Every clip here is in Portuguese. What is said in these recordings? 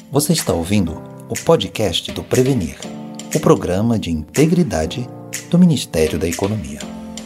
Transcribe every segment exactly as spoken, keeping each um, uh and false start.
Você está ouvindo o podcast do Prevenir, o programa de integridade do Ministério da Economia.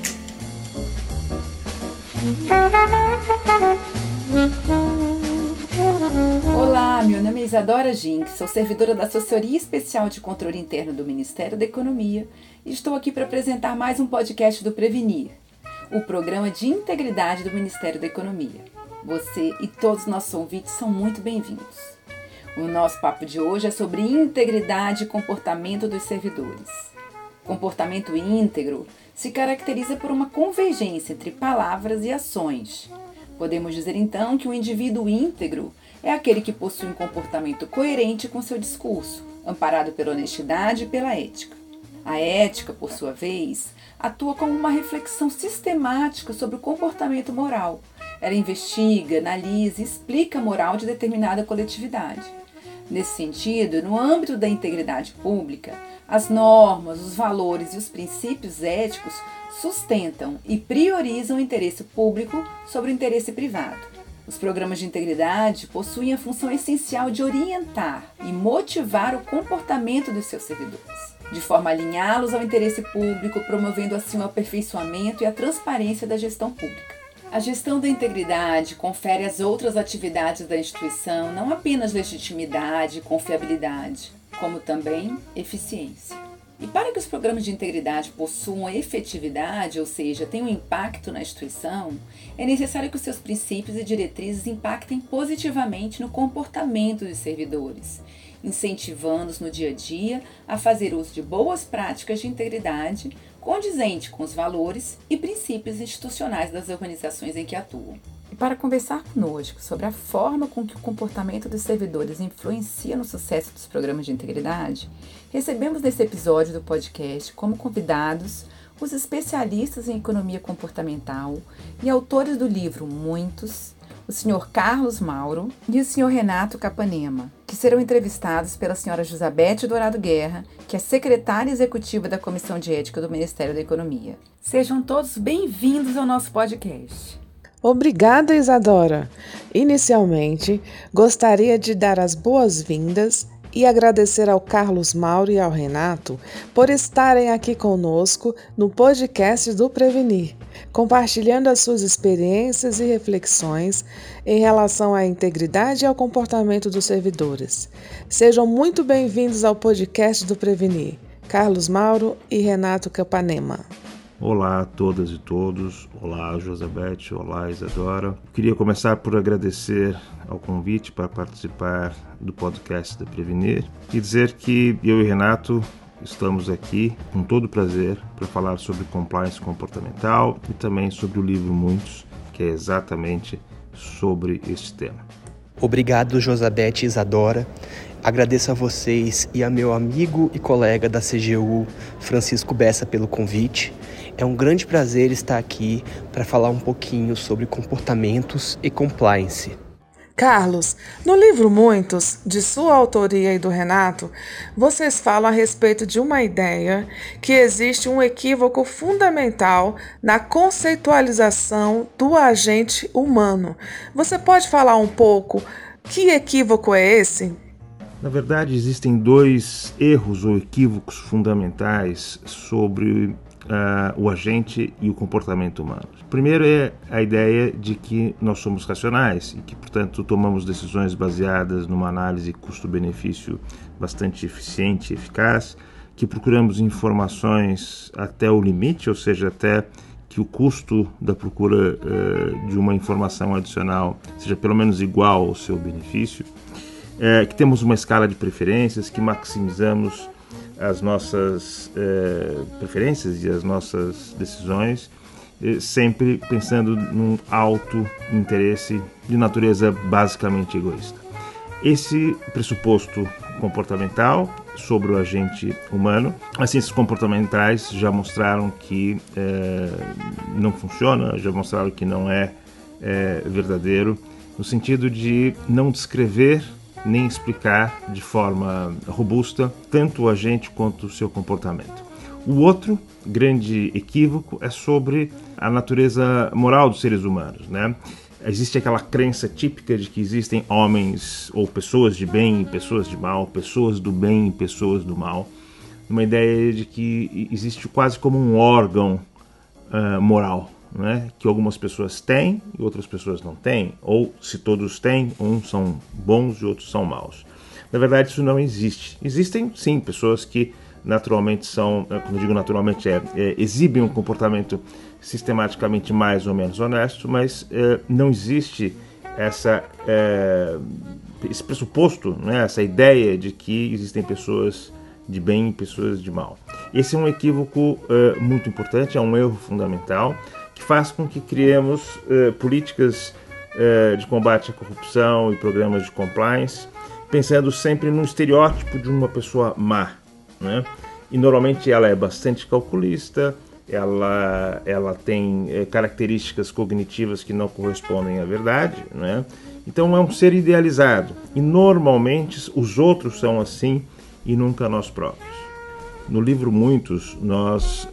Olá, meu nome é Isadora Gink, sou servidora da Assessoria Especial de Controle Interno do Ministério da Economia e estou aqui para apresentar mais um podcast do Prevenir, o programa de integridade do Ministério da Economia. Você e todos os nossos ouvintes são muito bem-vindos. O nosso papo de hoje é sobre integridade e comportamento dos servidores. Comportamento íntegro se caracteriza por uma convergência entre palavras e ações. Podemos dizer então que o indivíduo íntegro é aquele que possui um comportamento coerente com seu discurso, amparado pela honestidade e pela ética. A ética, por sua vez, atua como uma reflexão sistemática sobre o comportamento moral. Ela investiga, analisa e explica a moral de determinada coletividade. Nesse sentido, no âmbito da integridade pública, as normas, os valores e os princípios éticos sustentam e priorizam o interesse público sobre o interesse privado. Os programas de integridade possuem a função essencial de orientar e motivar o comportamento dos seus servidores, de forma a alinhá-los ao interesse público, promovendo assim o aperfeiçoamento e a transparência da gestão pública. A gestão da integridade confere às outras atividades da instituição não apenas legitimidade e confiabilidade, como também eficiência. E para que os programas de integridade possuam efetividade, ou seja, tenham impacto na instituição, é necessário que os seus princípios e diretrizes impactem positivamente no comportamento dos servidores, incentivando-os no dia a dia a fazer uso de boas práticas de integridade condizente com os valores e princípios institucionais das organizações em que atuam. E para conversar conosco sobre a forma com que o comportamento dos servidores influencia no sucesso dos programas de integridade, recebemos nesse episódio do podcast como convidados os especialistas em economia comportamental e autores do livro Muitos, o senhor Carlos Mauro e o senhor Renato Capanema, que serão entrevistados pela senhora Josabete Dourado Guerra, que é secretária executiva da Comissão de Ética do Ministério da Economia. Sejam todos bem-vindos ao nosso podcast. Obrigada, Isadora. Inicialmente, gostaria de dar as boas-vindas e agradecer ao Carlos Mauro e ao Renato por estarem aqui conosco no podcast do Prevenir, compartilhando as suas experiências e reflexões em relação à integridade e ao comportamento dos servidores. Sejam muito bem-vindos ao podcast do Prevenir, Carlos Mauro e Renato Capanema. Olá a todas e todos, olá Josabete, olá Isadora. Eu queria começar por agradecer ao convite para participar do podcast da Prevenir e dizer que eu e Renato estamos aqui com todo prazer para falar sobre compliance comportamental e também sobre o livro Muitos, que é exatamente sobre este tema. Obrigado, Josabete e Isadora. Agradeço a vocês e a meu amigo e colega da C G U, Francisco Bessa, pelo convite. É um grande prazer estar aqui para falar um pouquinho sobre comportamentos e compliance. Carlos, no livro Muitos, de sua autoria e do Renato, vocês falam a respeito de uma ideia que existe um equívoco fundamental na conceitualização do agente humano. Você pode falar um pouco que equívoco é esse? Na verdade, existem dois erros ou equívocos fundamentais sobre Uh, o agente e o comportamento humano. O primeiro é a ideia de que nós somos racionais e que, portanto, tomamos decisões baseadas numa análise custo-benefício bastante eficiente e eficaz, que procuramos informações até o limite, ou seja, até que o custo da procura uh, de uma informação adicional seja pelo menos igual ao seu benefício, uh, que temos uma escala de preferências, que maximizamos as nossas eh, preferências e as nossas decisões, eh, sempre pensando num alto interesse de natureza basicamente egoísta. Esse pressuposto comportamental sobre o agente humano, as ciências comportamentais já mostraram que eh, não funciona, já mostraram que não é eh, verdadeiro, no sentido de não descrever nem explicar de forma robusta tanto o agente quanto o seu comportamento. O outro grande equívoco é sobre a natureza moral dos seres humanos, né? existe aquela crença típica de que existem homens ou pessoas de bem e pessoas de mal, pessoas do bem e pessoas do mal. Uma ideia de que existe quase como um órgão uh, moral, né? Que algumas pessoas têm e outras pessoas não têm. Ou se todos têm, uns são bons e outros são maus. Na verdade, isso não existe. Existem, sim, pessoas que naturalmente são, quando eu digo naturalmente, é, é, exibem um comportamento sistematicamente mais ou menos honesto, mas é, não existe essa, é, esse pressuposto, né, essa ideia de que existem pessoas de bem e pessoas de mal. Esse é um equívoco é, muito importante, é um erro fundamental, que faz com que criemos é, políticas é, de combate à corrupção e programas de compliance, pensando sempre no estereótipo de uma pessoa má. Né? E normalmente ela é bastante calculista, ela, ela tem é, características cognitivas que não correspondem à verdade, né? Então é um ser idealizado, e normalmente os outros são assim e nunca nós próprios. No livro Muitos, nós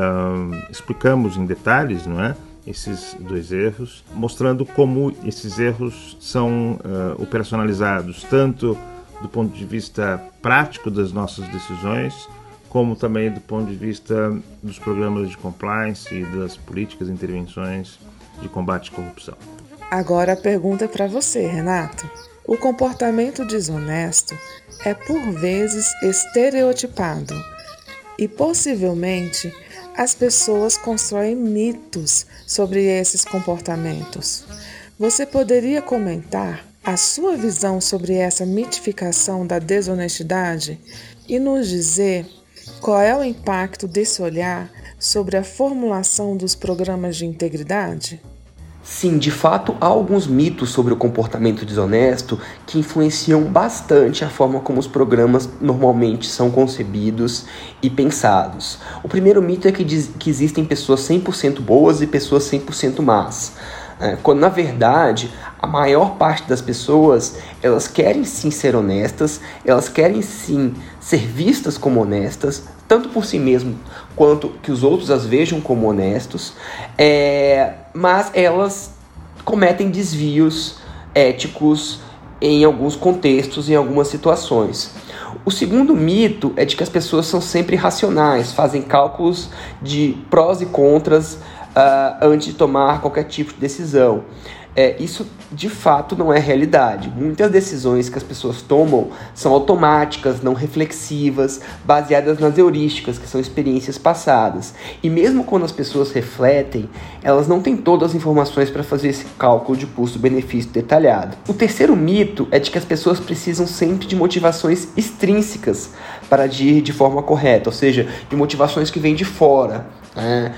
é, explicamos em detalhes, não é, esses dois erros, mostrando como esses erros são é, operacionalizados tanto do ponto de vista prático das nossas decisões, como também do ponto de vista dos programas de compliance e das políticas e intervenções de combate à corrupção. Agora a pergunta é para você, Renato. O comportamento desonesto é por vezes estereotipado e possivelmente as pessoas constroem mitos sobre esses comportamentos. Você poderia comentar a sua visão sobre essa mitificação da desonestidade e nos dizer qual é o impacto desse olhar sobre a formulação dos programas de integridade? Sim, de fato, há alguns mitos sobre o comportamento desonesto que influenciam bastante a forma como os programas normalmente são concebidos e pensados. O primeiro mito é que, diz, que existem pessoas cem por cento boas e pessoas cem por cento más. É, quando, na verdade, a maior parte das pessoas, elas querem sim ser honestas, elas querem sim ser vistas como honestas, tanto por si mesmo quanto que os outros as vejam como honestos, é, mas elas cometem desvios éticos em alguns contextos, em algumas situações. O segundo mito é de que as pessoas são sempre racionais, fazem cálculos de prós e contras Uh, antes de tomar qualquer tipo de decisão. É, isso de fato não é realidade. Muitas decisões que as pessoas tomam são automáticas, não reflexivas, baseadas nas heurísticas, que são experiências passadas. E mesmo quando as pessoas refletem, elas não têm todas as informações para fazer esse cálculo de custo-benefício detalhado. O terceiro mito é de que as pessoas precisam sempre de motivações extrínsecas para agir de forma correta, ou seja, de motivações que vêm de fora. É,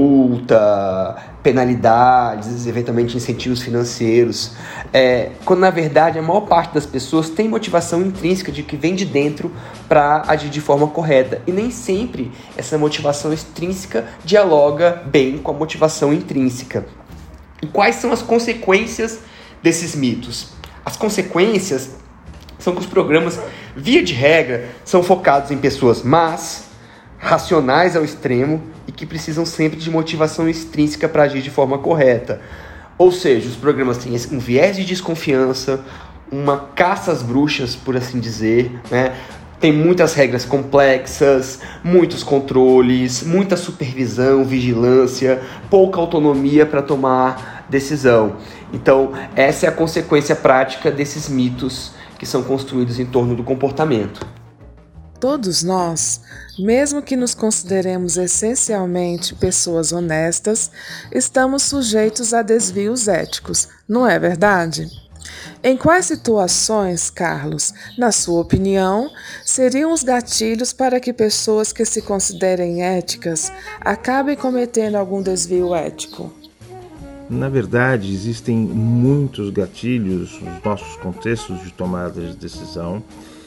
multa, penalidades, eventualmente incentivos financeiros, é, quando na verdade a maior parte das pessoas tem motivação intrínseca de que vem de dentro para agir de forma correta, e nem sempre essa motivação extrínseca dialoga bem com a motivação intrínseca. E quais são as consequências desses mitos? As consequências são que os programas, via de regra, são focados em pessoas más, racionais ao extremo e que precisam sempre de motivação extrínseca para agir de forma correta. Ou seja, os programas têm um viés de desconfiança, uma caça às bruxas, por assim dizer, né? Tem muitas regras complexas, muitos controles, muita supervisão, vigilância, pouca autonomia para tomar decisão. Então, essa é a consequência prática desses mitos que são construídos em torno do comportamento. Todos nós, mesmo que nos consideremos essencialmente pessoas honestas, estamos sujeitos a desvios éticos, não é verdade? Em quais situações, Carlos, na sua opinião, seriam os gatilhos para que pessoas que se considerem éticas acabem cometendo algum desvio ético? Na verdade, existem muitos gatilhos nos nossos contextos de tomada de decisão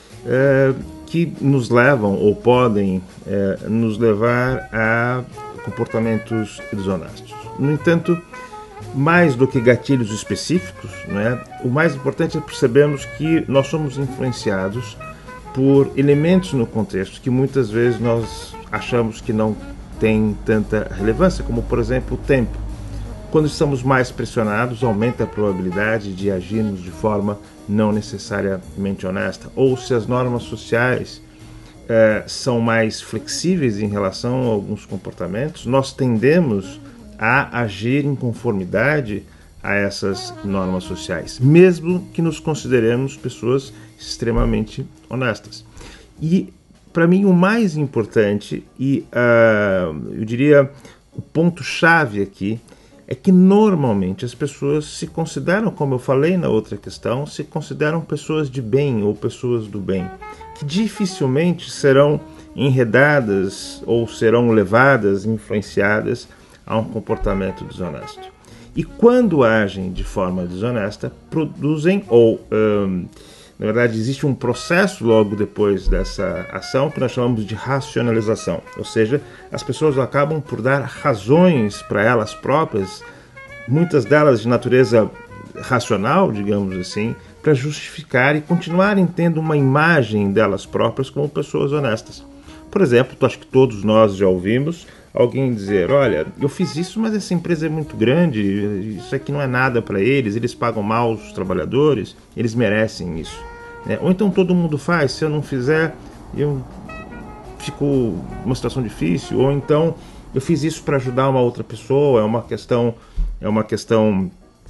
é, que nos levam ou podem é, nos levar a comportamentos desonestos. No entanto, mais do que gatilhos específicos, né, o mais importante é percebermos que nós somos influenciados por elementos no contexto que muitas vezes nós achamos que não têm tanta relevância, como, por exemplo, o tempo. Quando estamos mais pressionados, aumenta a probabilidade de agirmos de forma não necessariamente honesta. Ou se as normas sociais eh, são mais flexíveis em relação a alguns comportamentos, nós tendemos a agir em conformidade a essas normas sociais, mesmo que nos consideremos pessoas extremamente honestas. E, para mim, o mais importante e, uh, eu diria, o ponto-chave aqui é que, normalmente, as pessoas se consideram, como eu falei na outra questão, se consideram pessoas de bem ou pessoas do bem, que dificilmente serão enredadas ou serão levadas, influenciadas a um comportamento desonesto. E quando agem de forma desonesta, produzem, ou hum, na verdade existe um processo logo depois dessa ação que nós chamamos de racionalização, ou seja, as pessoas acabam por dar razões para elas próprias, muitas delas de natureza racional, digamos assim, para justificar e continuarem tendo uma imagem delas próprias como pessoas honestas. Por exemplo, acho que todos nós já ouvimos alguém dizer, olha, eu fiz isso, mas essa empresa é muito grande, isso aqui não é nada para eles, eles pagam mal os trabalhadores, eles merecem isso. É, ou então todo mundo faz, se eu não fizer, eu fico numa situação difícil, ou então eu fiz isso para ajudar uma outra pessoa, é uma questão, é uma questão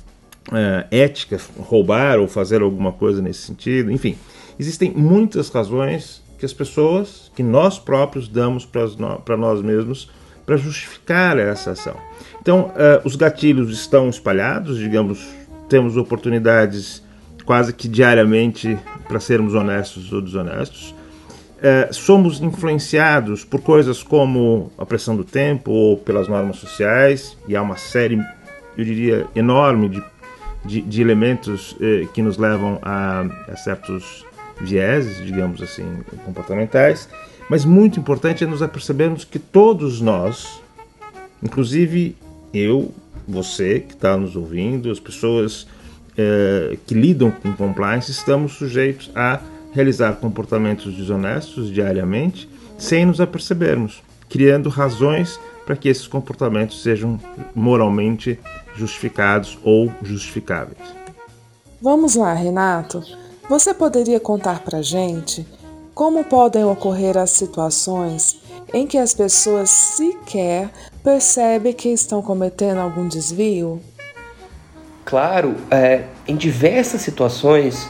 é, ética, roubar ou fazer alguma coisa nesse sentido, enfim. Existem muitas razões que as pessoas, que nós próprios damos para nós mesmos, para justificar essa ação. Então, uh, os gatilhos estão espalhados, digamos, temos oportunidades quase que diariamente para sermos honestos ou desonestos. Uh, somos influenciados por coisas como a pressão do tempo ou pelas normas sociais, e há uma série, eu diria, enorme de, de, de elementos uh, que nos levam a, a certos vieses, digamos assim, comportamentais. Mas muito importante é nos apercebermos que todos nós, inclusive eu, você que está nos ouvindo, as pessoas eh, que lidam com compliance, estamos sujeitos a realizar comportamentos desonestos diariamente sem nos apercebermos, criando razões para que esses comportamentos sejam moralmente justificados ou justificáveis. Vamos lá, Renato. Você poderia contar para a gente como podem ocorrer as situações em que as pessoas sequer percebem que estão cometendo algum desvio? Claro, é, em diversas situações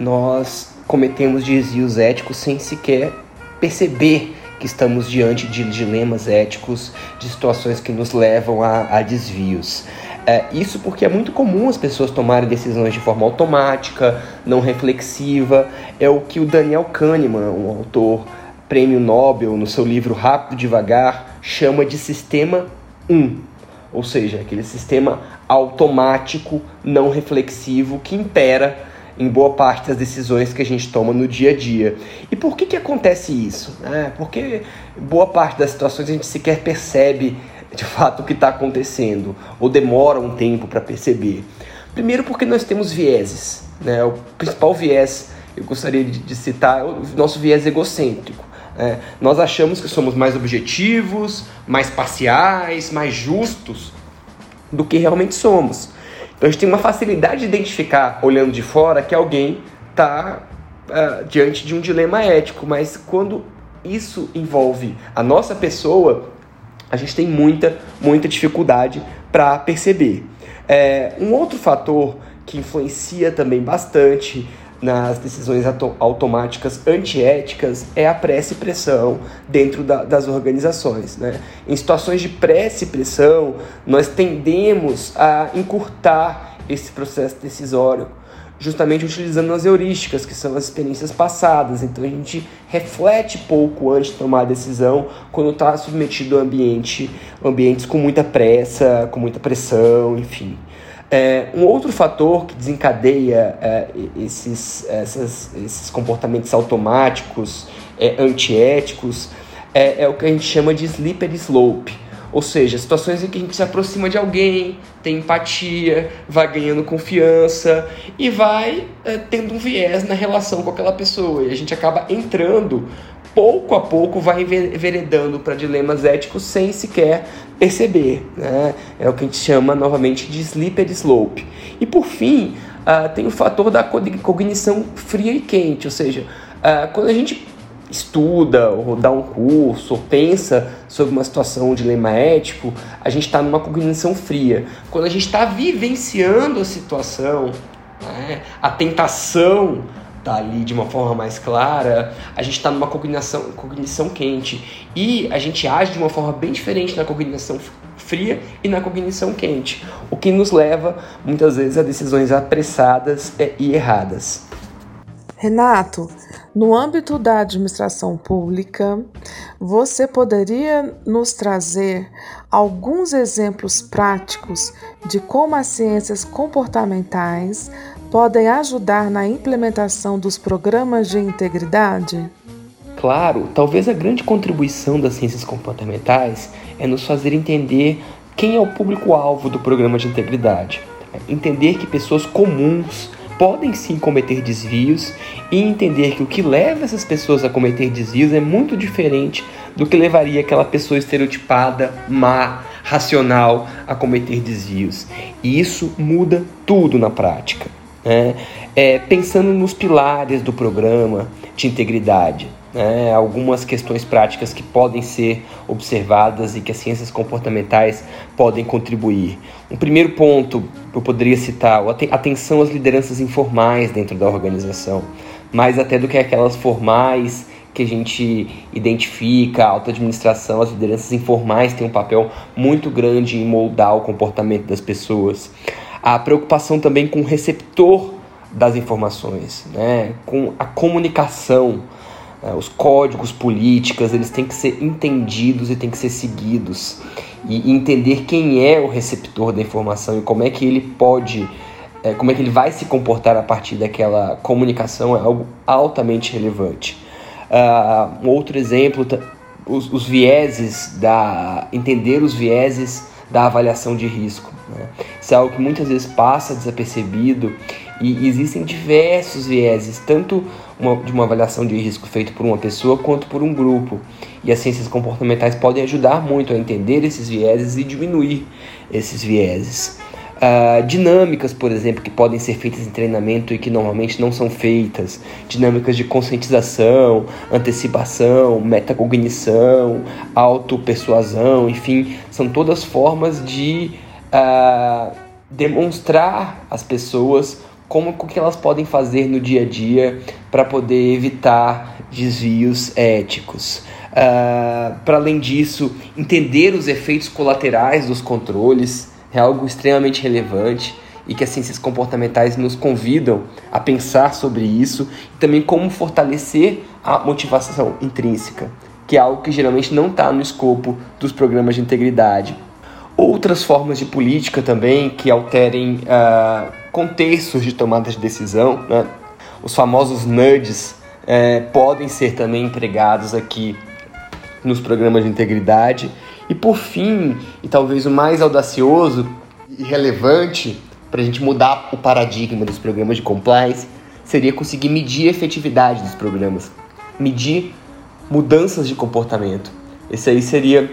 nós cometemos desvios éticos sem sequer perceber que estamos diante de dilemas éticos, de situações que nos levam a, a desvios. É, isso porque é muito comum as pessoas tomarem decisões de forma automática, não reflexiva. É o que o Daniel Kahneman, um autor prêmio Nobel, no seu livro Rápido e Devagar, chama de sistema um. Ou seja, aquele sistema automático, não reflexivo, que impera em boa parte das decisões que a gente toma no dia a dia. E por que que acontece isso? É, porque boa parte das situações a gente sequer percebe de fato o que está acontecendo, ou demora um tempo para perceber. Primeiro porque nós temos vieses, né? O principal viés, eu gostaria de, de citar, é o nosso viés egocêntrico. É, nós achamos que somos mais objetivos, mais parciais, mais justos do que realmente somos. Então a gente tem uma facilidade de identificar, olhando de fora, que alguém está uh, diante de um dilema ético, mas quando isso envolve a nossa pessoa, a gente tem muita, muita dificuldade para perceber. É, um outro fator que influencia também bastante nas decisões auto- automáticas antiéticas é a pressa e pressão dentro da, das organizações, né? Em situações de pressa e pressão, nós tendemos a encurtar esse processo decisório, justamente utilizando as heurísticas, que são as experiências passadas. Então a gente reflete pouco antes de tomar a decisão quando está submetido a ambiente, ambientes com muita pressa, com muita pressão, enfim. É, um outro fator que desencadeia é, esses, essas, esses comportamentos automáticos, é, antiéticos, é, é o que a gente chama de slippery slope. Ou seja, situações em que a gente se aproxima de alguém, tem empatia, vai ganhando confiança e vai é, tendo um viés na relação com aquela pessoa. E a gente acaba entrando pouco a pouco vai enveredando para dilemas éticos sem sequer perceber, né? É o que a gente chama novamente de slippery slope. E por fim, uh, tem o fator da cognição fria e quente, ou seja, uh, quando a gente estuda ou dá um curso ou pensa sobre uma situação, um dilema ético, a gente está numa cognição fria. Quando a gente está vivenciando a situação, né, a tentação está ali de uma forma mais clara, a gente está numa cognição, cognição quente, e a gente age de uma forma bem diferente na cognição fria e na cognição quente, o que nos leva muitas vezes a decisões apressadas e erradas. Renato, no âmbito da administração pública, você poderia nos trazer alguns exemplos práticos de como as ciências comportamentais podem ajudar na implementação dos programas de integridade? Claro, talvez a grande contribuição das ciências comportamentais é nos fazer entender quem é o público-alvo do programa de integridade. Entender que pessoas comuns podem sim cometer desvios e entender que o que leva essas pessoas a cometer desvios é muito diferente do que levaria aquela pessoa estereotipada, má, racional a cometer desvios. E isso muda tudo na prática. Né? É, pensando nos pilares do programa de integridade, né? Algumas questões práticas que podem ser observadas e que as ciências comportamentais podem contribuir. Um primeiro ponto que eu poderia citar, a atenção às lideranças informais dentro da organização, mais até do que aquelas formais que a gente identifica. A alta administração, as lideranças informais têm um papel muito grande em moldar o comportamento das pessoas. A preocupação também com o receptor das informações, né? Com a comunicação, né? Os códigos políticos, eles têm que ser entendidos e têm que ser seguidos. E entender quem é o receptor da informação e como é que ele pode, é, como é que ele vai se comportar a partir daquela comunicação é algo altamente relevante. Uh, um outro exemplo, os, os vieses, da, entender os vieses da avaliação de risco. Né? Isso é algo que muitas vezes passa desapercebido e existem diversos vieses, tanto uma, de uma avaliação de risco feita por uma pessoa quanto por um grupo. E as ciências comportamentais podem ajudar muito a entender esses vieses e diminuir esses vieses. Uh, dinâmicas, por exemplo, que podem ser feitas em treinamento e que normalmente não são feitas. Dinâmicas de conscientização, antecipação, metacognição, autopersuasão, enfim, são todas formas de uh, demonstrar às pessoas como o que elas podem fazer no dia a dia para poder evitar desvios éticos. Uh, para além disso, entender os efeitos colaterais dos controles é algo extremamente relevante e que as ciências comportamentais nos convidam a pensar sobre isso e também como fortalecer a motivação intrínseca, que é algo que geralmente não está no escopo dos programas de integridade. Outras formas de política também que alterem uh, contextos de tomada de decisão, né? Os famosos nudges eh, podem ser também empregados aqui nos programas de integridade. E por fim, e talvez o mais audacioso e relevante para a gente mudar o paradigma dos programas de compliance, seria conseguir medir a efetividade dos programas, medir mudanças de comportamento. Esse aí seria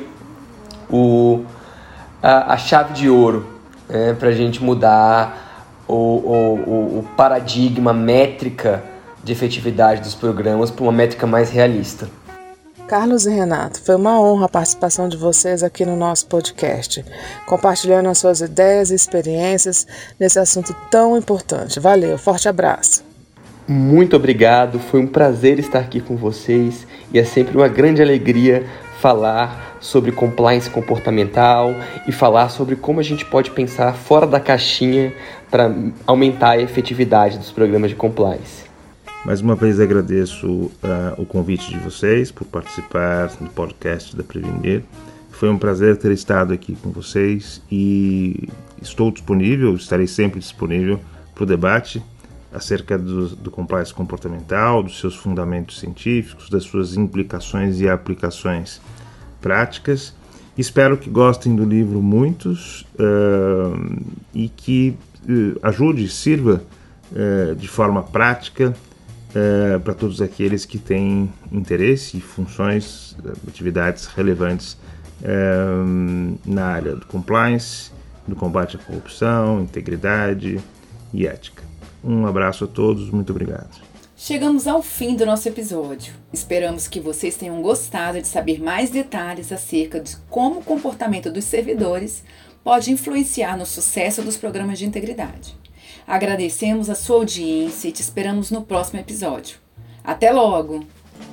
o, a, a chave de ouro, né, para a gente mudar o, o, o paradigma, a métrica de efetividade dos programas para uma métrica mais realista. Carlos e Renato, foi uma honra a participação de vocês aqui no nosso podcast, compartilhando as suas ideias e experiências nesse assunto tão importante. Valeu, forte abraço. Muito obrigado, foi um prazer estar aqui com vocês e é sempre uma grande alegria falar sobre compliance comportamental e falar sobre como a gente pode pensar fora da caixinha para aumentar a efetividade dos programas de compliance. Mais uma vez agradeço uh, o convite de vocês por participar do podcast da Prevenir. Foi um prazer ter estado aqui com vocês e estou disponível, estarei sempre disponível para o debate acerca do, do compliance comportamental, dos seus fundamentos científicos, das suas implicações e aplicações práticas. Espero que gostem do livro muitos uh, e que uh, ajude, sirva uh, de forma prática é, para todos aqueles que têm interesse e funções, atividades relevantes é, na área do compliance, do combate à corrupção, integridade e ética. Um abraço a todos, muito obrigado. Chegamos ao fim do nosso episódio. Esperamos que vocês tenham gostado de saber mais detalhes acerca de como o comportamento dos servidores pode influenciar no sucesso dos programas de integridade. Agradecemos a sua audiência e te esperamos no próximo episódio. Até logo!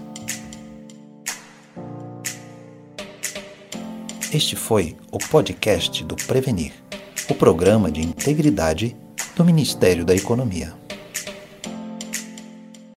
Este foi o podcast do Prevenir, o programa de integridade do Ministério da Economia.